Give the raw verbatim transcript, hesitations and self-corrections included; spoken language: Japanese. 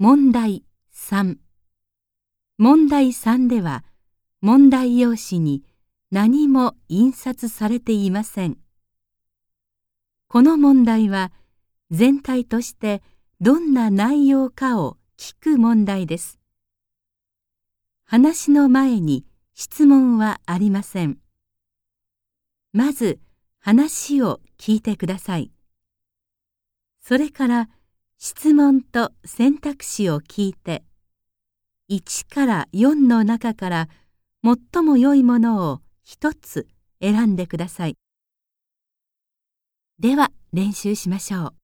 問題さん。問題さんでは、問題用紙に何も印刷されていません。この問題は、全体としてどんな内容かを聞く問題です。話の前に質問はありません。まず、話を聞いてください。それから、質問と選択肢を聞いて、いちからよんの中から最も良いものを一つ選んでください。では練習しましょう。